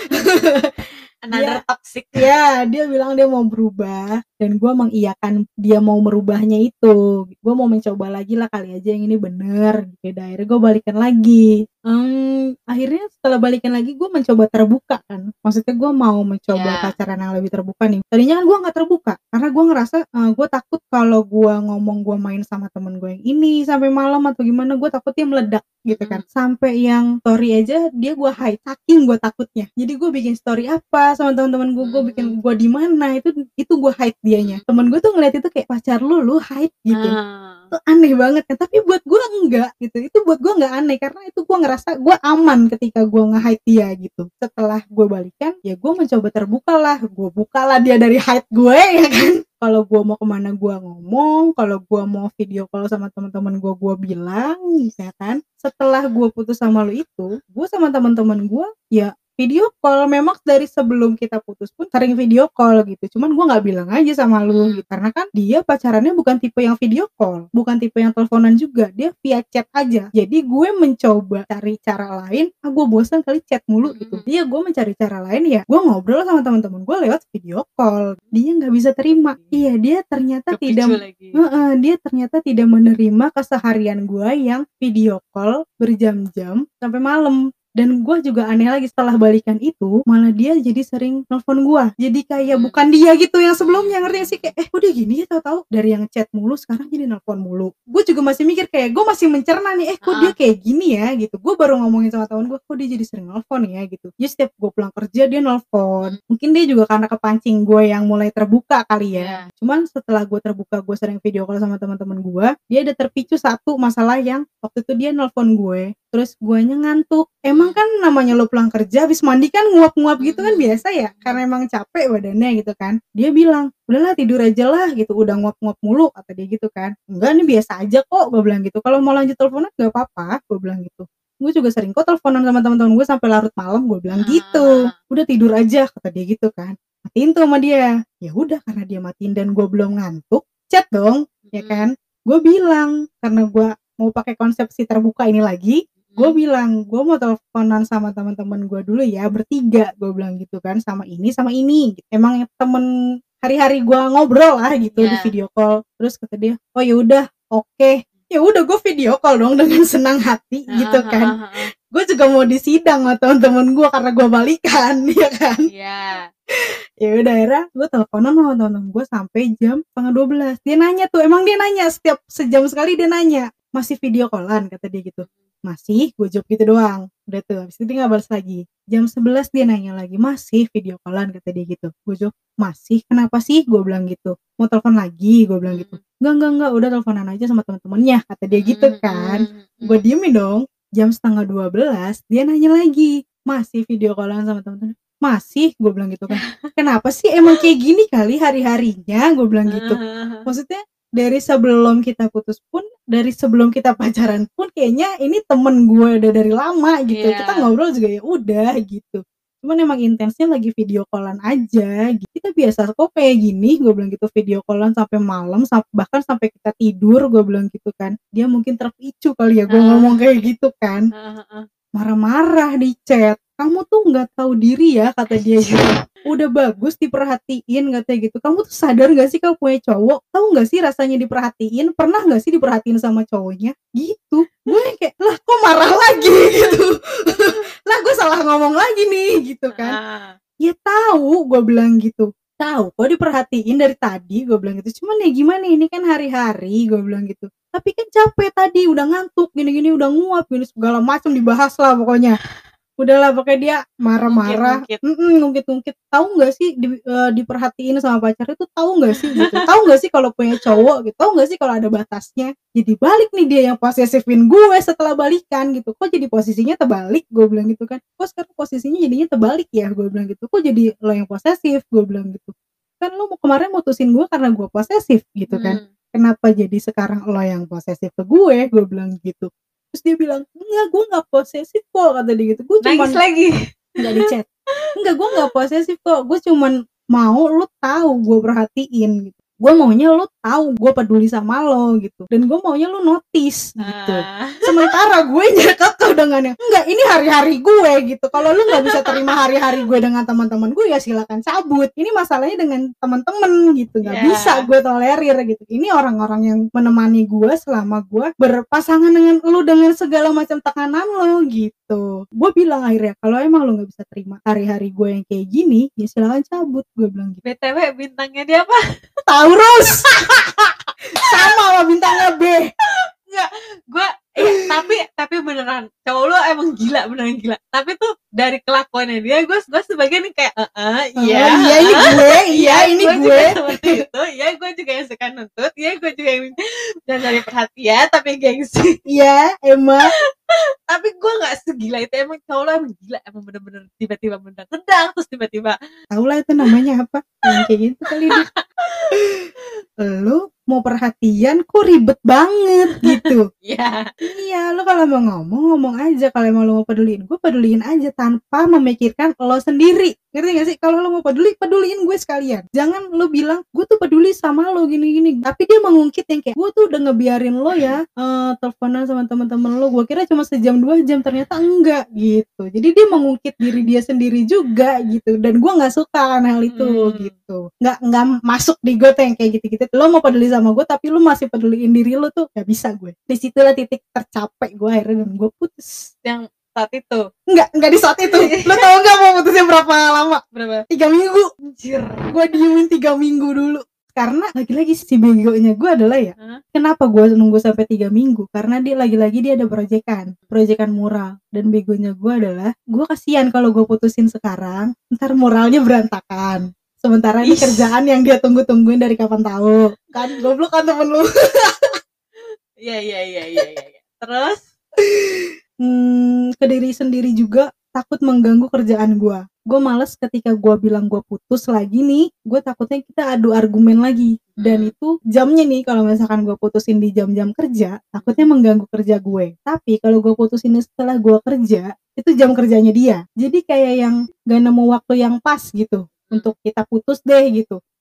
A: Another toxic.
B: Ya, dia bilang dia mau berubah dan gue mengiyakan dia mau merubahnya itu. Gue mau mencoba lagi lah, kali aja yang ini bener. Akhirnya gue balikan lagi. Akhirnya setelah balikan lagi gue mencoba terbuka kan. Maksudnya gue mau mencoba pacaran yang lebih terbuka nih. Tadinya kan gue gak terbuka karena gue ngerasa gue takut kalau gue ngomong gue main sama temen gue yang ini sampai malam atau gimana, gue takut dia meledak gitu kan. Sampai yang story aja dia gue hide, saking gue takutnya. Jadi gue bikin story apa sama teman-teman gue bikin gue di mana, itu gue hide dianya. Temen gue tuh ngeliat itu kayak, pacar lu hide gitu. Itu aneh banget kan, tapi buat gue enggak gitu. Itu buat gue enggak aneh karena itu gue ngerasa gue aman ketika gue nge-hide dia gitu. Setelah gue balikan, ya gue mencoba terbuka lah. Gue bukalah dia dari hide gue ya kan. Kalau gue mau kemana gue ngomong, kalau gue mau video call sama teman-teman gue bilang ya kan. Setelah gue putus sama lu itu, gue sama teman-teman gue ya video call. Memang dari sebelum kita putus pun sering video call gitu. Cuman gue nggak bilang aja sama lu gitu. Karena kan dia pacarannya bukan tipe yang video call, bukan tipe yang teleponan juga. Dia via chat aja. Jadi gue mencoba cari cara lain. Gue bosan kali chat mulu gitu. Dia gue mencari cara lain ya. Gue ngobrol sama teman-teman gue lewat video call. Dia nggak bisa terima. Iya, dia ternyata dia ternyata tidak menerima keseharian gue yang video call berjam-jam sampai malam. Dan gue juga aneh lagi, setelah balikan itu malah dia jadi sering nelfon gue. Jadi kayak bukan dia gitu yang sebelumnya, ngerti gak sih? Kayak udah gini ya, tahu-tahu dari yang chat mulu sekarang jadi nelfon mulu. Gue juga masih mikir, kayak gue masih mencerna nih, kok dia kayak gini ya gitu. Gue baru ngomongin sama temen gue, kok dia jadi sering nelfon ya gitu. Jadi setiap gue pulang kerja dia nelfon. Mungkin dia juga karena kepancing gue yang mulai terbuka kali ya. Cuman setelah gue terbuka, gue sering video call sama teman-teman gue, dia ada terpicu satu masalah yang waktu itu dia nelfon gue, terus guanya ngantuk. Emang kan namanya lo pulang kerja habis mandi kan nguap-nguap gitu kan biasa ya, karena emang capek badannya gitu kan. Dia bilang, udahlah tidur aja lah gitu, udah nguap-nguap mulu, kata dia gitu kan. Enggak, nih biasa aja kok, gue bilang gitu. Kalau mau lanjut teleponan gak apa-apa, gue bilang gitu. Gue juga sering kok teleponan sama teman-teman gue sampai larut malam, gue bilang gitu. Udah tidur aja, kata dia gitu kan. Matiin tuh sama dia. Ya udah, karena dia matiin dan gue belum ngantuk, chat dong, ya kan. Gue bilang, karena gue mau pakai konsepsi terbuka ini lagi, gue bilang, gue mau teleponan sama teman-teman gue dulu ya, bertiga, gue bilang gitu kan, sama ini. Emang temen hari-hari gue ngobrol lah gitu di
A: Iya.
B: video call. Terus kata dia, oh ya udah, oke. Ya udah gue video call dong dengan senang hati gitu kan. Gue juga mau disidang sama teman-teman gue karena gue balikan ya kan.
A: Iya.
B: Ya udah akhirnya gue teleponan sama teman-teman gue sampai jam 11:30. Dia nanya tuh, emang dia nanya setiap sejam sekali dia nanya, masih video callan kata dia gitu. Masih, gue jawab gitu doang. Udah tuh, habis itu dia gak balas lagi. Jam 11 dia nanya lagi, masih video callan kata dia gitu. Gue jawab, masih, kenapa sih? Gue bilang gitu. Mau telepon lagi? Gue bilang gitu. Enggak, udah teleponan aja sama teman-temannya kata dia gitu kan. Gue diemin dong. Jam 11:30 dia nanya lagi, masih video callan sama teman-teman? Masih, gue bilang gitu kan. Kenapa sih, emang kayak gini kali hari-harinya? Gue bilang gitu. Maksudnya dari sebelum kita putus pun, dari sebelum kita pacaran pun kayaknya ini temen gue udah dari lama gitu. Kita ngobrol juga ya udah gitu. Cuman emang intensnya lagi video callan aja. Kita biasa kok kayak gini, gue bilang gitu, video callan sampai malam, bahkan sampai kita tidur, gue bilang gitu kan. Dia mungkin terpicu kali ya gue ngomong kayak gitu kan. Marah-marah di chat. Kamu tuh nggak tahu diri ya kata dia gitu. Udah bagus diperhatiin katanya gitu. Kamu tuh sadar gak sih kamu punya cowok? Tahu gak sih rasanya diperhatiin? Pernah gak sih diperhatiin sama cowoknya? Gitu. Gue kayak, lah kok marah lagi gitu. Lah gue salah ngomong lagi nih gitu kan. Ya tahu, gue bilang gitu. Tahu kok diperhatiin dari tadi, gue bilang gitu. Cuman ya gimana, ini kan hari-hari, gue bilang gitu. Tapi kan capek tadi, udah ngantuk, gini-gini, udah nguap, gini segala macam dibahas lah pokoknya. Udahlah pokoknya dia marah-marah, ngungkit-ngungkit. Tahu nggak sih diperhatiin sama pacar itu, tahu nggak sih gitu? Tahu nggak sih kalau punya cowok gitu? Tahu nggak sih kalau ada batasnya? Jadi balik nih dia yang posesifin gue setelah balikan gitu. Kok jadi posisinya terbalik? Gue bilang gitu kan. Kok sekarang posisinya jadinya terbalik ya? Gue bilang gitu. Kok jadi lo yang posesif? Gue bilang gitu. Kan lo kemarin mutusin gue karena gue posesif gitu kan. Kenapa jadi sekarang lo yang posesif ke gue? Gue bilang gitu. Terus dia bilang, enggak, gue gak posesif kok kata dia gitu. Gue cuman
A: nangis lagi.
B: Enggak di chat. Enggak, gue gak posesif kok. Gue cuman mau lu tahu gue perhatiin gitu. Gue maunya lu tahu gue peduli sama lo gitu. Dan gue maunya lu notice gitu. Sementara gue nyekakau dengan yang enggak, ini hari-hari gue gitu. Kalau lu gak bisa terima hari-hari gue dengan teman-teman gue, ya silakan cabut. Ini masalahnya dengan teman-teman gitu. Gak bisa gue tolerir gitu. Ini orang-orang yang menemani gue selama gue berpasangan dengan lu dengan segala macam tekanan lo gitu. Gue bilang akhirnya, kalau emang lu gak bisa terima hari-hari gue yang kayak gini, ya silakan cabut. Gue bilang gitu.
A: BTW bintangnya dia apa?
B: Taurus. Sama lah bintangnya B.
A: Enggak, gue tapi beneran cowok lu emang gila, beneran gila. Tapi tuh dari kelakuannya dia, gue sebagai nih kayak iya
B: ini gue, iya ini gue
A: juga seperti itu. Iya, gue juga yang suka nuntut. Iya, gue juga yang jangan cari perhatian tapi gengsi.
B: Iya emang.
A: Tapi gue nggak segila itu. Emang cowok lu emang gila, emang bener-bener tiba-tiba mendang-mendang, terus tiba-tiba
B: tahu lah itu namanya apa, yang kayak gitu kali dia. Lu mau perhatian kok ribet banget gitu. Iya, lu kalau mau ngomong aja. Kalau emang lu mau peduliin gue, peduliin aja tanpa memikirkan lo sendiri. Ngerti gak sih? Kalau lu mau peduliin gue sekalian. Jangan lu bilang gue tuh peduli sama lo gini-gini, tapi dia mengungkit yang kayak gue tuh udah ngebiarin lo ya teleponan sama teman-teman lo. Gue kira cuma sejam 2 jam, ternyata enggak gitu. Jadi dia mengungkit diri dia sendiri juga gitu. Dan gue nggak suka kan hal itu gitu. Nggak masuk di gue tuh yang kayak gitu-gitu. Lo mau peduli sama gue tapi lo masih peduliin diri lo tuh gak bisa gue. Disitulah titik tercapek gue akhirnya, dan gue putus.
A: Yang saat itu?
B: Enggak di saat itu. Lo tau gak mau putusnya berapa lama?
A: Berapa?
B: 3 minggu.
A: Anjir.
B: Gue diemin 3 minggu dulu. Karena lagi-lagi si begonya gue adalah ya, kenapa gue nunggu sampai 3 minggu? Karena dia lagi-lagi dia ada proyekan mural. Dan begonya gue adalah, gue kasihan kalau gue putusin sekarang, ntar muralnya berantakan. Sementara ini kerjaan yang dia tunggu-tungguin dari kapan tahu. Kan goblok kan temen lu.
A: Iya. Terus?
B: Ke diri sendiri juga takut mengganggu kerjaan gue. Gue males ketika gue bilang gue putus lagi nih, gue takutnya kita adu argumen lagi. Dan itu jamnya nih, kalau misalkan gue putusin di jam-jam kerja, takutnya mengganggu kerja gue. Tapi kalau gue putusin setelah gue kerja, itu jam kerjanya dia. Jadi kayak yang gak nemu waktu yang pas gitu untuk kita putus deh gitu.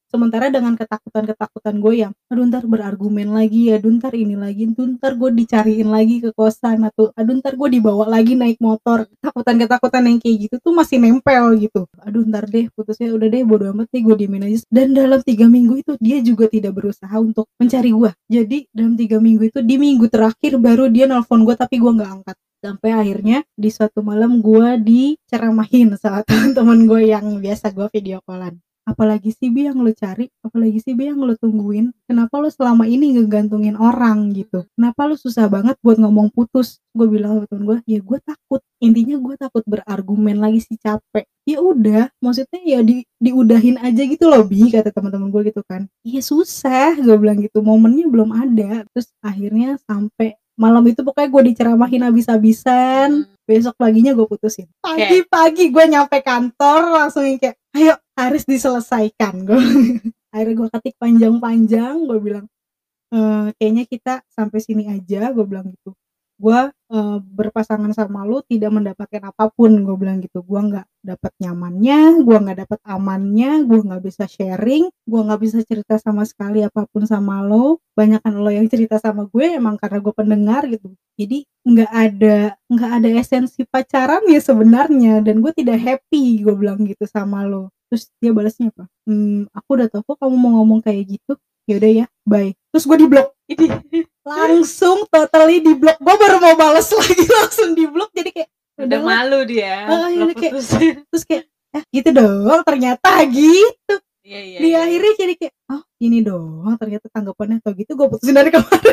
B: Sementara dengan ketakutan-ketakutan gue yang, aduh ntar berargumen lagi, aduh ntar ini lagi, aduh ntar gue dicariin lagi ke kosan, atau aduh ntar gue dibawa lagi naik motor. Ketakutan-ketakutan yang kayak gitu tuh masih nempel gitu. Aduh ntar deh putusnya, udah deh bodo amat nih, gue diemin aja. Dan dalam 3 minggu itu dia juga tidak berusaha untuk mencari gue. Jadi dalam 3 minggu itu, di minggu terakhir baru dia nelpon gue tapi gue gak angkat. Sampai akhirnya di suatu malam gue diceramahin sama teman-teman gue yang biasa gue video callan. Apalagi sih Bi yang lu cari, apalagi sih Bi yang lu tungguin, kenapa lu selama ini ngegantungin orang gitu, kenapa lu susah banget buat ngomong putus. Gue bilang sama temen gue, ya gue takut, intinya gue takut berargumen lagi sih, capek. Ya udah, maksudnya ya diudahin aja gitu loh Bi, kata teman-teman gue gitu kan. Iya susah, gue bilang gitu, momennya belum ada. Terus akhirnya sampai malam itu pokoknya gue diceramahin habis-habisan. Besok paginya gue putusin. Pagi-pagi gue nyampe kantor langsung kayak, ayo harus diselesaikan. Gue akhirnya gue ketik panjang-panjang, gue bilang kayaknya kita sampai sini aja, gue bilang gitu. Gue berpasangan sama lu tidak mendapatkan apapun, gue bilang gitu. Gue nggak dapat nyamannya, gue nggak dapat amannya, gue nggak bisa sharing, gue nggak bisa cerita sama sekali apapun sama lo. Banyakan lo yang cerita sama gue emang karena gue pendengar gitu. Jadi nggak ada esensi pacaran ya sebenarnya, dan gue tidak happy, gue bilang gitu sama lo. Terus dia balasnya apa? Aku udah tahu kok kamu mau ngomong kayak gitu. Yaudah ya, bye. Terus gue diblok. Langsung totally diblok. Gue baru mau balas lagi langsung diblok. Jadi kayak
A: udah malu dia.
B: Lo putusin. Terus kayak gitu dong ternyata gitu. Di akhirnya jadi kayak gini dong ternyata tanggapannya. Atau gitu gue putusin dari kemarin.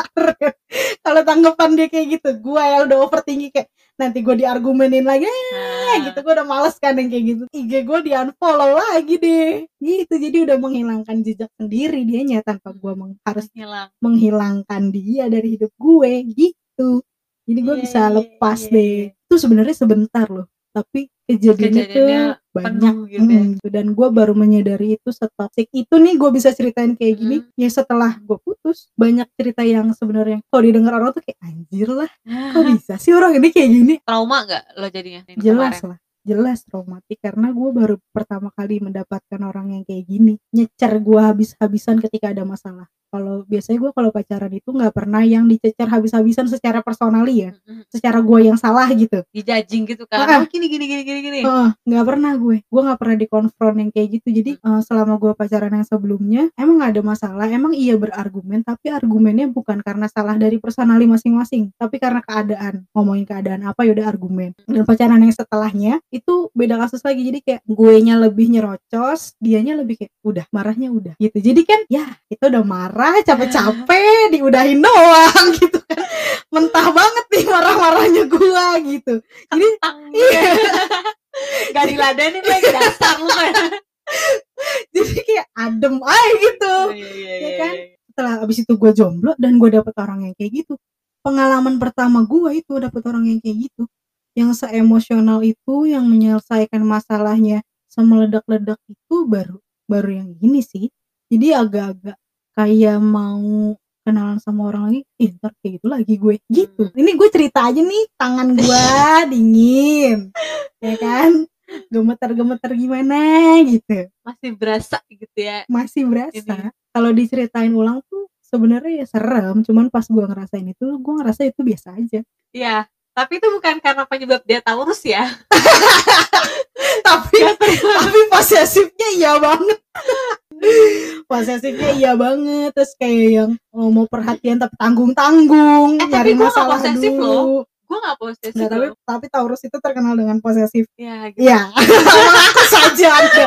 B: Kalau tanggapan dia kayak gitu, gue yang udah overthinking kayak nanti gue diargumenin lagi gitu, gue udah males kan yang kayak gitu. IG gue di unfollow lagi deh gitu. Jadi udah menghilangkan jejak sendiri dianya tanpa gue harus menghilangkan dia dari hidup gue gitu. Jadi gue bisa lepas deh. Itu sebenarnya sebentar loh, tapi kejadiannya tuh banyak gitu ya. Dan gue baru menyadari itu setoksik itu nih, gue bisa ceritain kayak gini ya setelah gue putus. Banyak cerita yang sebenarnya kalau didengar orang tuh kayak anjir lah, kok bisa sih orang ini kayak gini.
A: Trauma gak lo jadinya?
B: Jelas lah, jelas traumatik, karena gue baru pertama kali mendapatkan orang yang kayak gini, nyecer gue habis-habisan ketika ada masalah. Kalau biasanya gue kalau pacaran itu nggak pernah yang dicecer habis-habisan secara personali ya, secara gue yang salah gitu,
A: dijajing gitu kan. Gini
B: nggak pernah gue nggak pernah dikonfront yang kayak gitu. Jadi selama gue pacaran yang sebelumnya emang ada masalah, emang iya berargumen, tapi argumennya bukan karena salah dari personali masing-masing, tapi karena keadaan. Ngomongin keadaan apa yaudah argumen. Dan pacaran yang setelahnya itu beda kasus lagi. Jadi kayak gue nya lebih nyerocos, dianya lebih kayak udah marahnya udah gitu. Jadi kan ya kita udah marah capek-capek diudahin doang gitu kan, mentah banget nih marah-marahnya gue gitu. Jadi
A: gak diladenin lagi dasar lu kan.
B: Jadi kayak adem aja gitu. Ya kan. Setelah abis itu gue jomblo dan gue dapet orang yang kayak gitu. Pengalaman pertama gue itu dapet orang yang kayak gitu, yang seemosional itu, yang menyelesaikan masalahnya semeledak-ledak itu baru yang ini sih. Jadi agak-agak kayak mau kenalan sama orang lagi, ntar kayak gitu lagi gue gitu. Ini gue cerita aja nih, tangan gue dingin ya kan, gemeter-gemeter gimana gitu,
A: masih berasa gitu ya.
B: Masih berasa. Kalau diceritain ulang tuh sebenarnya ya serem, cuman pas gue ngerasain itu, gue ngerasa itu biasa aja.
A: Iya, tapi itu bukan karena penyebab dia Taurus ya.
B: tapi posesifnya iya banget. Posesifnya iya banget. Terus kayak yang mau perhatian tapi tanggung-tanggung, nyari masalah dulu.
A: Gue gak posesif loh.
B: Tapi Taurus itu terkenal dengan posesif.
A: Ya gitu.
B: Iya. Aku saja ada.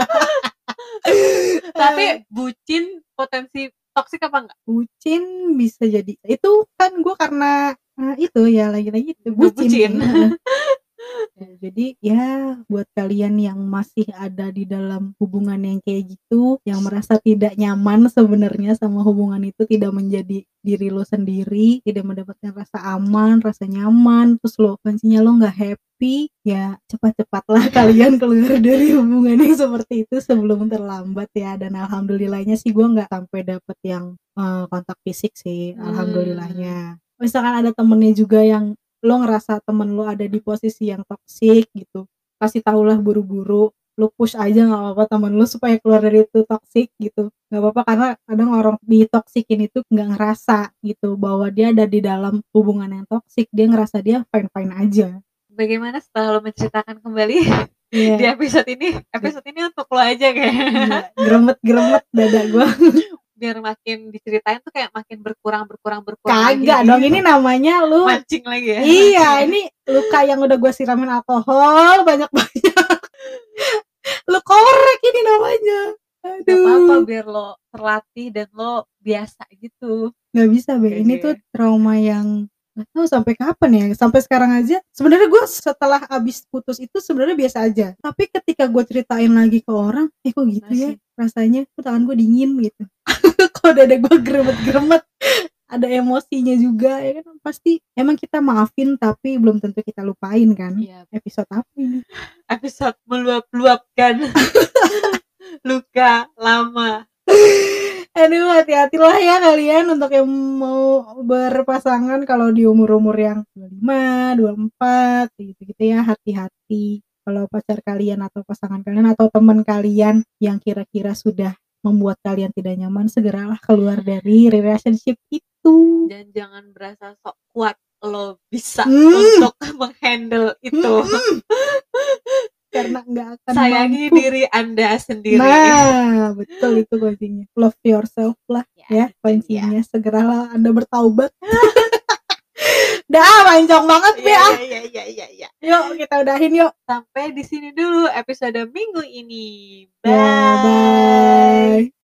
A: Tapi bucin potensi toksik apa enggak?
B: Bucin bisa jadi. Itu kan gue karena itu ya lagi-lagi itu bucin. Jadi ya buat kalian yang masih ada di dalam hubungan yang kayak gitu, yang merasa tidak nyaman sebenarnya sama hubungan itu, tidak menjadi diri lo sendiri, tidak mendapatkan rasa aman, rasa nyaman, terus kuncinya lo nggak happy, ya cepat-cepatlah kalian keluar dari hubungan yang seperti itu sebelum terlambat ya. Dan alhamdulillahnya sih gue nggak sampai dapet yang kontak fisik sih, alhamdulillahnya. Misalkan ada temennya juga yang lo ngerasa temen lo ada di posisi yang toksik gitu, kasih taulah buru-buru, lu push aja nggak apa-apa temen lu supaya keluar dari itu toxic gitu. Nggak apa-apa karena kadang orang di toxic-in itu nggak ngerasa gitu bahwa dia ada di dalam hubungan yang toxic, dia ngerasa dia fine-fine aja.
A: Bagaimana setelah lo menceritakan kembali
B: Iya.
A: di episode ini untuk lo aja kayaknya.
B: Iya, gremet dada gua.
A: Biar makin diceritain tuh kayak makin berkurang
B: Kagak
A: lagi.
B: dong, ini namanya lu
A: Mancing lagi ya.
B: iya, ini luka yang udah gua siramin alkohol banyak-banyak. Lu korek ini namanya.
A: Gak apa-apa
B: Aduh.
A: biar lo terlatih dan lo biasa gitu.
B: Gak bisa Be, ini tuh trauma yang gak tahu sampai kapan ya. Sampai sekarang aja sebenarnya gue setelah abis putus itu sebenarnya biasa aja. Tapi ketika gue ceritain lagi ke orang, kok gitu ya rasanya, kok tangan gue dingin gitu. Kok dada gue geremet-geremet. Ada emosinya juga ya kan, pasti emang kita maafin tapi belum tentu kita lupain kan.
A: Iya.
B: Episode apa ini?
A: Episode meluap-luapkan luka lama.
B: Aduh, hati-hatilah ya kalian untuk yang mau berpasangan kalau di umur-umur yang 25, 24 gitu-gitu ya, hati-hati. Kalau pacar kalian atau pasangan kalian atau teman kalian yang kira-kira sudah membuat kalian tidak nyaman, segeralah keluar dari relationship itu.
A: Dan jangan berasa sok kuat lo bisa untuk menghandle itu.
B: Karena nggak akan
A: sayangi
B: mampu.
A: Diri Anda sendiri.
B: Nah, betul itu kuncinya. Love yourself lah ya kuncinya. Segeralah Anda bertaubat. Dah, mancong banget ya.
A: Iya.
B: Yuk kita udahin yuk.
A: Sampai di sini dulu episode minggu ini.
B: Bye.